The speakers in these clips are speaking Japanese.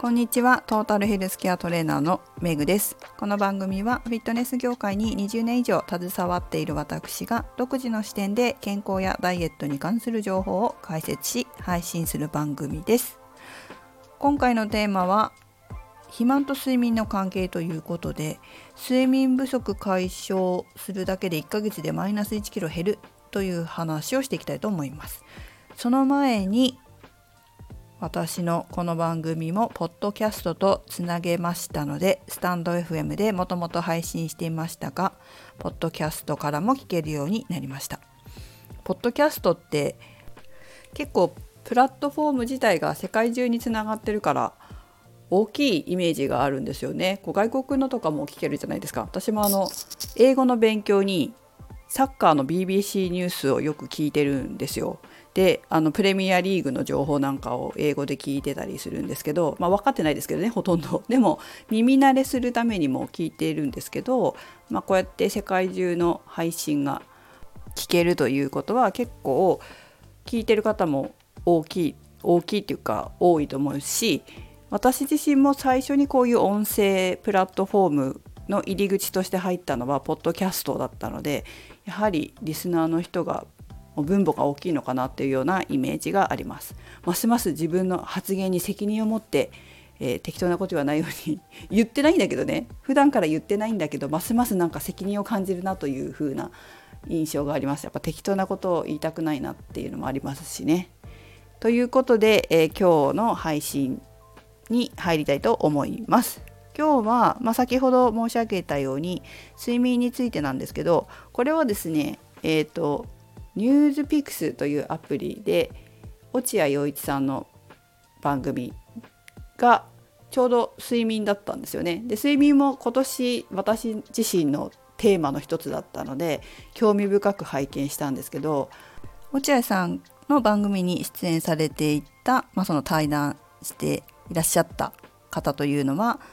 こんにちは。トータルヘルスケアトレーナーのメグです。この番組はフィットネス業界に20年以上携わっている私が独自の視点で健康やダイエットに関する情報を解説し配信する番組です。今回のテーマは肥満と睡眠の関係ということで、睡眠不足解消するだけで1ヶ月でマイナス1キロ減るという話をしていきたいと思います。その前に私のこの番組もポッドキャストとつなげましたので、スタンド FM でもともと配信していましたが、ポッドキャストからも聞けるようになりました。ポッドキャストって結構プラットフォーム自体が世界中につながってるから大きいイメージがあるんですよね。外国のとかも聞けるじゃないですか。私も英語の勉強にサッカーの BBC ニュースをよく聞いてるんですよ。でプレミアリーグの情報なんかを英語で聞いてたりするんですけど、分かってないですけどね、ほとんど。でも耳慣れするためにも聞いているんですけど、こうやって世界中の配信が聞けるということは結構聞いてる方も大きいっていうか多いと思うし、私自身も最初にこういう音声プラットフォームの入り口として入ったのはポッドキャストだったので、やはりリスナーの人が分母が大きいのかなっていうようなイメージがあります。ますます自分の発言に責任を持って、適当なこと言わないように言ってないんだけどね、普段から言ってないんだけど、ますますなんか責任を感じるなという風な印象があります。やっぱ適当なことを言いたくないなっていうのもありますしね。ということで、今日の配信に入りたいと思います。今日は、先ほど申し上げたように睡眠についてなんですけど、これはですね、ニュースピックスというアプリで落合陽一さんの番組がちょうど睡眠だったんですよね。で、睡眠も今年私自身のテーマの一つだったので興味深く拝見したんですけど、落合さんの番組に出演されていた、その対談していらっしゃった方というのは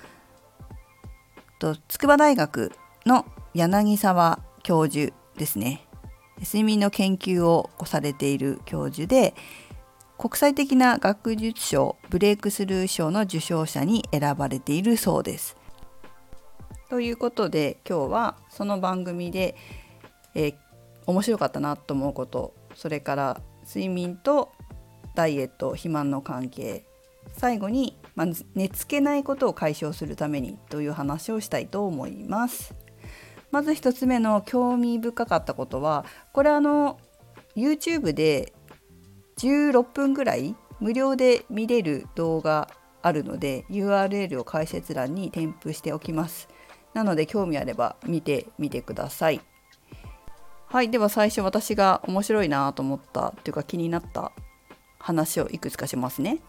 筑波大学の柳沢教授ですね。睡眠の研究をされている教授で、国際的な学術賞ブレイクスルー賞の受賞者に選ばれているそうです。ということで今日はその番組で、面白かったなと思うこと、それから睡眠とダイエット肥満の関係、最後に、寝つけないことを解消するためにという話をしたいと思います。まず一つ目の興味深かったことは、これYouTube で16分ぐらい無料で見れる動画あるので URL を解説欄に添付しておきます。なので興味あれば見てみてください。はい、では最初私が面白いなと思ったというか気になった話をいくつかしますね。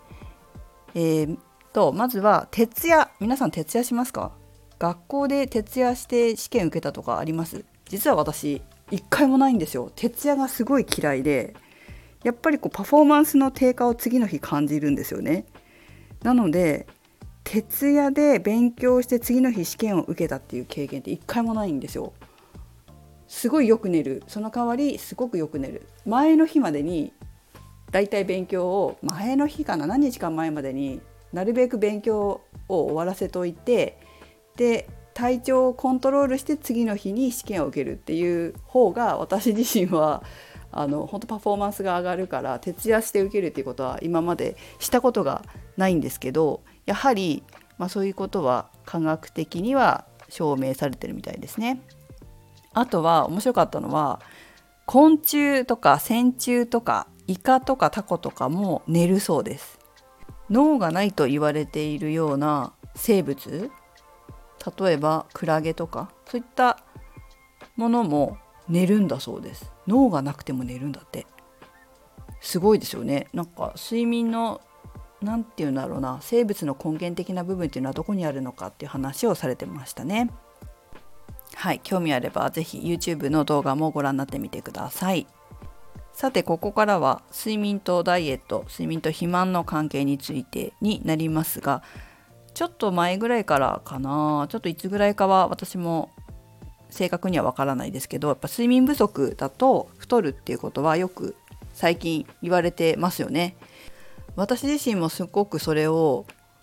まずは徹夜。皆さん徹夜しますか？学校で徹夜して試験受けたとかあります？実は私一回もないんですよ。徹夜がすごい嫌いで、やっぱりパフォーマンスの低下を次の日感じるんですよね。なので徹夜で勉強して次の日試験を受けたっていう経験って一回もないんですよ。すごいよく寝る。その代わりすごくよく寝る。前の日までにだいたい勉強を前の日かな、何日間前までになるべく勉強を終わらせといて、で体調をコントロールして次の日に試験を受けるっていう方が私自身は本当パフォーマンスが上がるから、徹夜して受けるっていうことは今までしたことがないんですけど、やはり、そういうことは科学的には証明されてるみたいですね。あとは面白かったのは、昆虫とか線虫とかイカとかタコとかも寝るそうです。脳がないと言われているような生物、例えばクラゲとかそういったものも寝るんだそうです。脳がなくても寝るんだって。すごいですよね。なんか睡眠のなんていうんだろうな、生物の根源的な部分っていうのはどこにあるのかっていう話をされてましたね。はい、興味あればぜひ YouTube の動画もご覧になってみてください。さて、ここからは睡眠とダイエット、睡眠と肥満の関係についてになりますが、ちょっと前ぐらいからかな、ちょっといつぐらいかは私も正確にはわからないですけど、やっぱ睡眠不足だと太るっていうことはよく最近言われてますよね。私自身もすごくそれを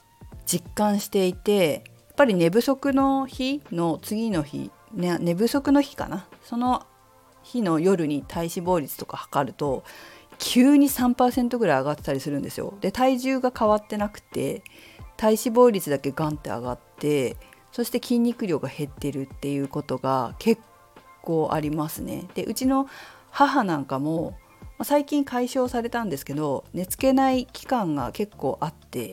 実感していて、やっぱり寝不足の日の次の日、寝不足の日かな、その日の夜に体脂肪率とか測ると急に 3% ぐらい上がってたりするんですよ。で体重が変わってなくて体脂肪率だけガンって上がって、そして筋肉量が減ってるっていうことが結構ありますね。でうちの母なんかも最近解消されたんですけど、寝つけない期間が結構あって、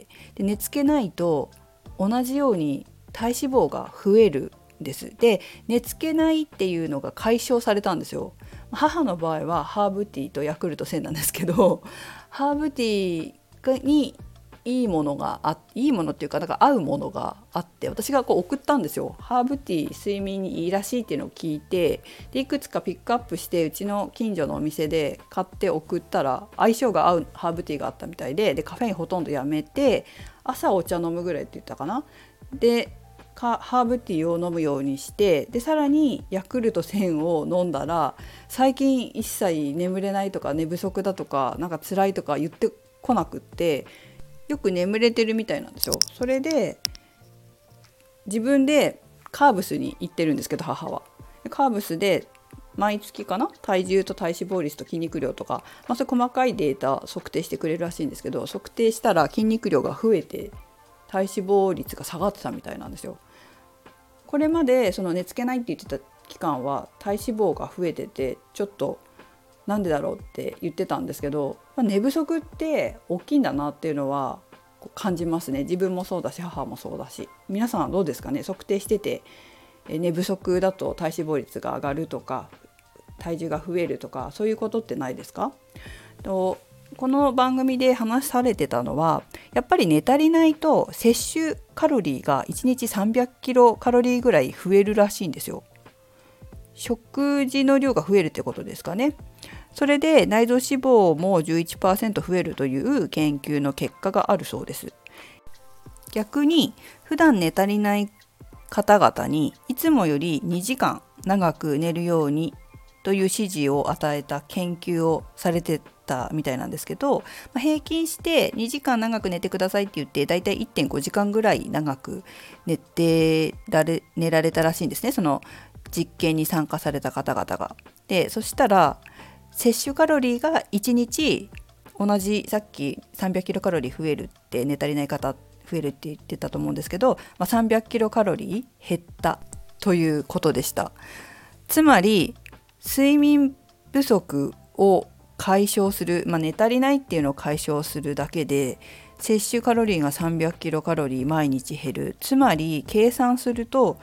で寝つけないと同じように体脂肪が増えるんです。で寝つけないっていうのが解消されたんですよ。母の場合はハーブティーとヤクルト1000なんですけど、ハーブティーにいいものっていうか、なんか合うものがあって、私が送ったんですよ。ハーブティー睡眠にいいらしいっていうのを聞いて、でいくつかピックアップしてうちの近所のお店で買って送ったら相性が合うハーブティーがあったみたいで、カフェインほとんどやめて朝お茶飲むぐらいって言ったかな。でハーブティーを飲むようにして、でさらにヤクルト1000を飲んだら、最近一切眠れないとか寝不足だとかなんか辛いとか言ってこなくって、よく眠れてるみたいなんですよ。それで自分でカーブスに行ってるんですけど、母はカーブスで毎月かな、体重と体脂肪率と筋肉量とか、そういう細かいデータ測定してくれるらしいんですけど、測定したら筋肉量が増えて体脂肪率が下がってたみたいなんですよ。これまでその寝つけないって言ってた期間は体脂肪が増えてて、ちょっとなんでだろうって言ってたんですけど、寝不足って大きいんだなっていうのは感じますね。自分もそうだし母もそうだし、皆さんはどうですかね。測定してて寝不足だと体脂肪率が上がるとか体重が増えるとか、そういうことってないですか？とこの番組で話されてたのは、やっぱり寝足りないと摂取カロリーが1日300キロカロリーぐらい増えるらしいんですよ。食事の量が増えるってことですかね。それで内臓脂肪も 11% 増えるという研究の結果があるそうです。逆に普段寝足りない方々にいつもより2時間長く寝るようにという指示を与えた研究をされてたみたいなんですけど、平均して2時間長く寝てくださいって言ってだいたい 1.5 時間ぐらい長く寝られたらしいんですね、その実験に参加された方々が。でそしたら摂取カロリーが1日同じ、さっき300キロカロリー増えるって寝足りない方増えるって言ってたと思うんですけど、300キロカロリー減ったということでした。つまり睡眠不足を解消する、寝足りないっていうのを解消するだけで摂取カロリーが300キロカロリー毎日減る。つまり計算すると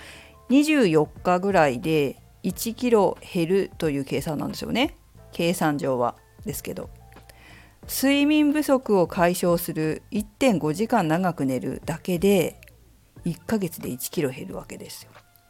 24日ぐらいで1キロ減るという計算なんですよね。計算上はですけど、睡眠不足を解消する 1.5 時間長く寝るだけで1ヶ月で1キロ減るわけですよ。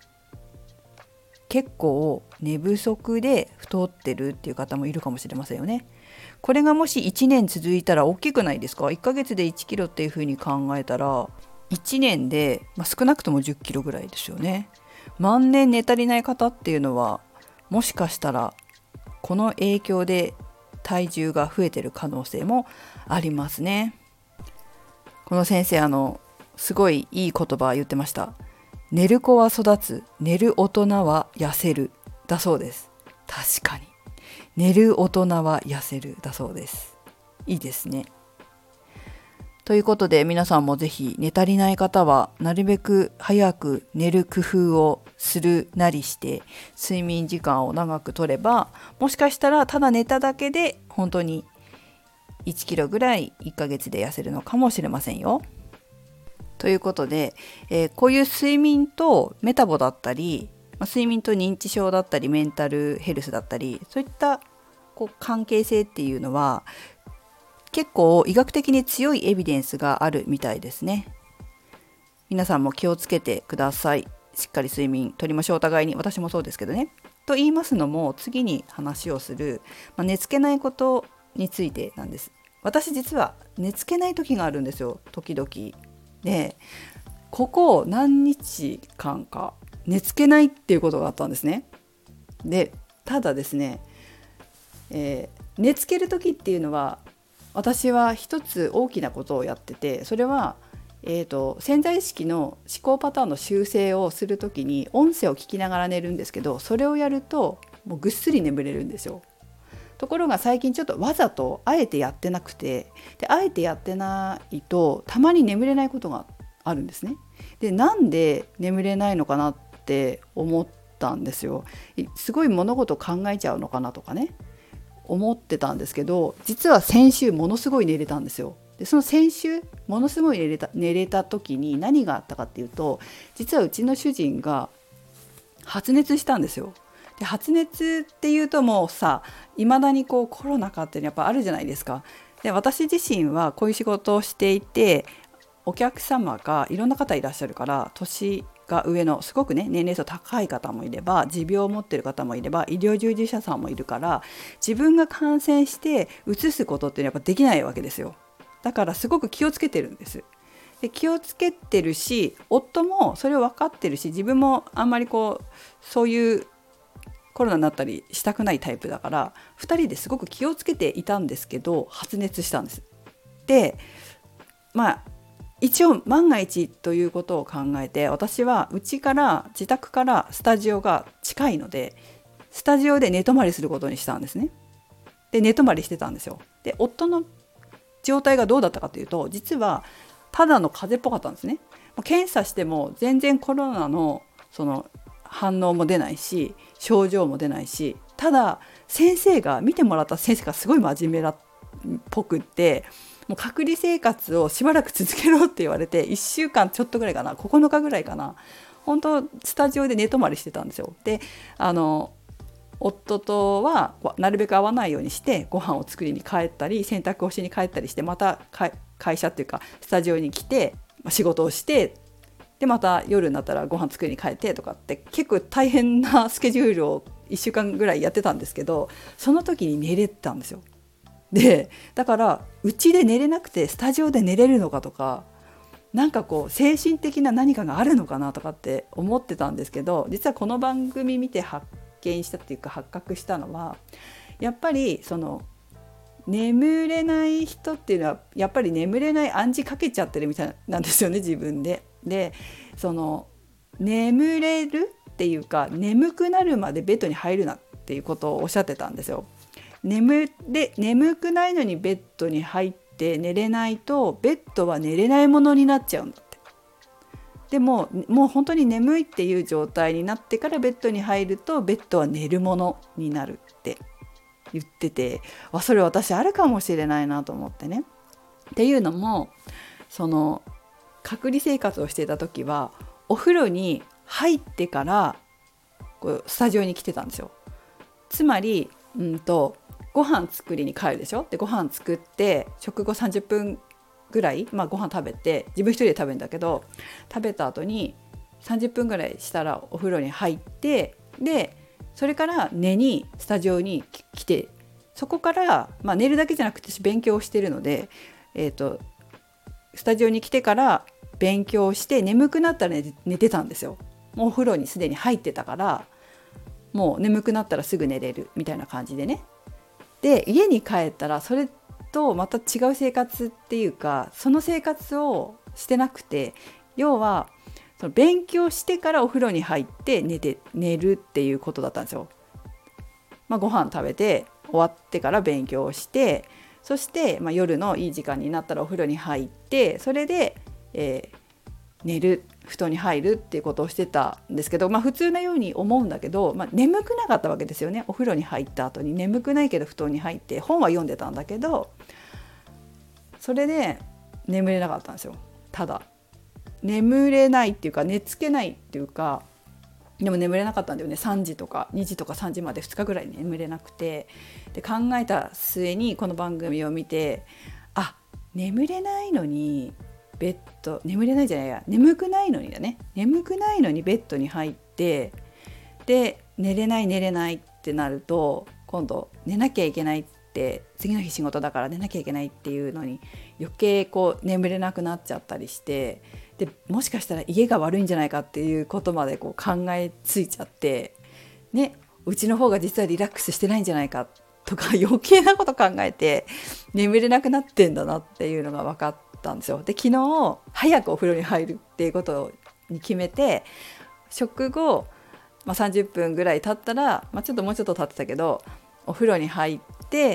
結構寝不足で太ってるっていう方もいるかもしれませんよね。これがもし1年続いたら大きくないですか？1ヶ月で1キロっていう風に考えたら1年で、少なくとも10キロぐらいですよね。万年寝足りない方っていうのはもしかしたらこの影響で体重が増えてる可能性もありますね。この先生すごいいい言葉言ってました。寝る子は育つ、寝る大人は痩せるだそうです。確かに寝る大人は痩せるだそうです。いいですね。ということで皆さんもぜひ寝足りない方はなるべく早く寝る工夫をするなりして睡眠時間を長く取れば、もしかしたらただ寝ただけで本当に1キロぐらい1ヶ月で痩せるのかもしれませんよ。ということで、こういう睡眠とメタボだったり、睡眠と認知症だったりメンタルヘルスだったり、そういった関係性っていうのは結構医学的に強いエビデンスがあるみたいですね。皆さんも気をつけてください。しっかり睡眠とりましょう。お互いに。私もそうですけどね。と言いますのも、次に話をする、寝つけないことについてなんです。私実は寝つけない時があるんですよ、時々。でここ何日間か寝つけないっていうことがあったんですね。でただですね、寝つける時っていうのは私は一つ大きなことをやってて、それは潜在意識の思考パターンの修正をするときに音声を聞きながら寝るんですけど、それをやるともうぐっすり眠れるんですよ。ところが最近ちょっとわざとあえてやってなくて、であえてやってないとたまに眠れないことがあるんですね。でなんで眠れないのかなって思ったんですよ。すごい物事を考えちゃうのかなとかね思ってたんですけど、実は先週ものすごい寝れたんですよ。でその先週ものすごい寝れた時に何があったかっていうと、実はうちの主人が発熱したんですよ。で発熱っていうともうさ、いまだにこうコロナ禍ってやっぱあるじゃないですか。で私自身はこういう仕事をしていて、お客様がいろんな方いらっしゃるから、年が上のすごくね年齢層高い方もいれば、持病を持っている方もいれば、医療従事者さんもいるから、自分が感染してうつすことってやっぱできないわけですよ。だからすごく気をつけてるんです。で気をつけてるし、夫もそれを分かってるし、自分もあんまりこうそういうコロナになったりしたくないタイプだから、2人ですごく気をつけていたんですけど、発熱したんです。で一応万が一ということを考えて、私は自宅からスタジオが近いので、スタジオで寝泊まりすることにしたんですね。で寝泊まりしてたんですよ。で夫の状態がどうだったかというと、実はただの風邪っぽかったんですね。検査しても全然コロナのその反応も出ないし、症状も出ないし、ただ見てもらった先生がすごい真面目っぽくって、もう隔離生活をしばらく続けろって言われて、1週間ちょっとぐらいかな、9日ぐらいかな、本当スタジオで寝泊まりしてたんですよ。で夫とはなるべく会わないようにしてご飯を作りに帰ったり、洗濯をしに帰ったりして、また会社っていうかスタジオに来て仕事をして、でまた夜になったらご飯作りに帰ってとかって、結構大変なスケジュールを1週間ぐらいやってたんですけど、その時に寝れたんですよ。でだからうちで寝れなくてスタジオで寝れるのかとか、なんかこう精神的な何かがあるのかなとかって思ってたんですけど、実はこの番組見て発見したっていうか発覚したのは、やっぱりその眠れない人っていうのはやっぱり眠れない暗示かけちゃってるみたいなんですよね、自分で。でその眠れるっていうか、眠くなるまでベッドに入るなっていうことをおっしゃってたんですよ。眠くないのにベッドに入って寝れないと、ベッドは寝れないものになっちゃうんだって。でももう本当に眠いっていう状態になってからベッドに入ると、ベッドは寝るものになるって言ってて、それ私あるかもしれないなと思ってね。っていうのも、その隔離生活をしていた時はお風呂に入ってからこうスタジオに来てたんですよ。つまりご飯作りに帰るでしょ。でご飯作って食後30分ぐらい、ご飯食べて、自分一人で食べるんだけど、食べた後に30分ぐらいしたらお風呂に入って、でそれから寝にスタジオに来て、そこから、寝るだけじゃなくて勉強をしているので、スタジオに来てから勉強して眠くなったら寝てたんですよ。もうお風呂にすでに入ってたから、もう眠くなったらすぐ寝れるみたいな感じでね。で家に帰ったらそれとまた違う生活っていうか、その生活をしてなくて、要はその勉強してからお風呂に入って寝るっていうことだったんですよ。ご飯食べて終わってから勉強をして、そして、夜のいい時間になったらお風呂に入って、それで、寝る、布団に入るっていうことをしてたんですけど、普通なように思うんだけど、眠くなかったわけですよね。お風呂に入った後に眠くないけど布団に入って本は読んでたんだけど、それで眠れなかったんですよ。ただ眠れないっていうか、寝つけないっていうか、でも眠れなかったんだよね。3時とか2時とか3時まで2日ぐらい眠れなくて、で考えた末にこの番組を見て、眠れないのに眠れないじゃないや眠くないのにベッドに入って、で寝れないってなると、今度寝なきゃいけないって、次の日仕事だから寝なきゃいけないっていうのに余計こう眠れなくなっちゃったりして、でもしかしたら家が悪いんじゃないかっていうことまでこう考えついちゃってね、うちの方が実はリラックスしてないんじゃないかとか余計なこと考えて眠れなくなってんだなっていうのが分かっったんですよ。で昨日早くお風呂に入るっていうことに決めて、食後、30分ぐらい経ったら、もうちょっと経ってたけどお風呂に入って、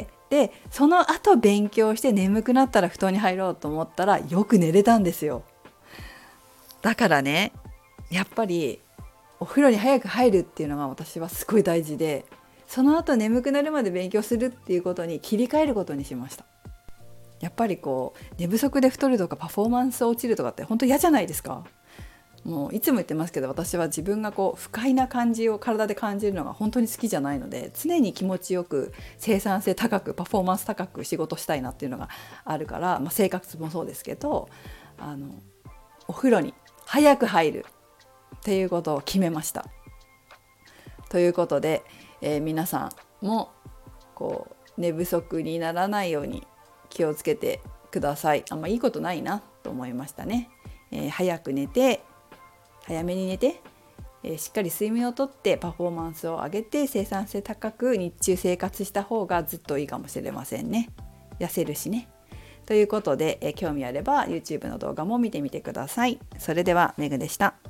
でその後勉強して眠くなったら布団に入ろうと思ったらよく寝れたんですよ。だからね、やっぱりお風呂に早く入るっていうのが私はすごい大事で、その後眠くなるまで勉強するっていうことに切り替えることにしました。やっぱり寝不足で太るとかパフォーマンス落ちるとかって本当嫌じゃないですか。もういつも言ってますけど、私は自分が不快な感じを体で感じるのが本当に好きじゃないので、常に気持ちよく生産性高くパフォーマンス高く仕事したいなっていうのがあるから、生活もそうですけど、お風呂に早く入るっていうことを決めました。ということで、皆さんも寝不足にならないように気をつけてください。あんまいいことないなと思いましたね。早く寝て、早めに寝て、しっかり睡眠をとってパフォーマンスを上げて生産性高く日中生活した方がずっといいかもしれませんね。痩せるしね。ということで、興味あれば YouTube の動画も見てみてください。それではメグでした。